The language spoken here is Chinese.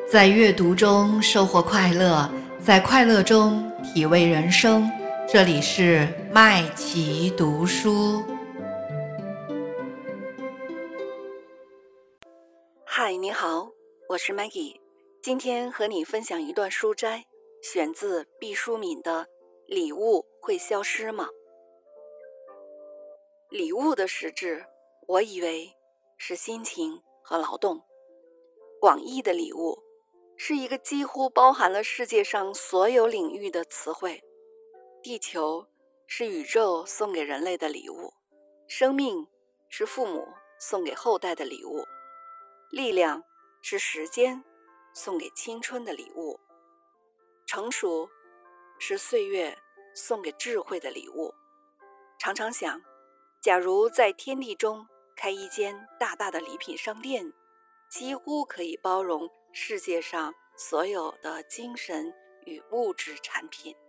在阅读中收获快乐，在快乐中体味人生。这里是麦琪读书。 嗨，你好，我是 Maggie， 今天和你分享一段书摘，选自毕淑敏的《礼物会消失吗》。礼物的实质，我以为是心情和劳动。广义的礼物是一个几乎包含了世界上所有领域的词汇。地球是宇宙送给人类的礼物，生命是父母送给后代的礼物，力量是时间送给青春的礼物，成熟是岁月送给智慧的礼物。常常想，假如在天地中开一间大大的礼品商店，几乎可以包容世界上所有的精神与物质产品。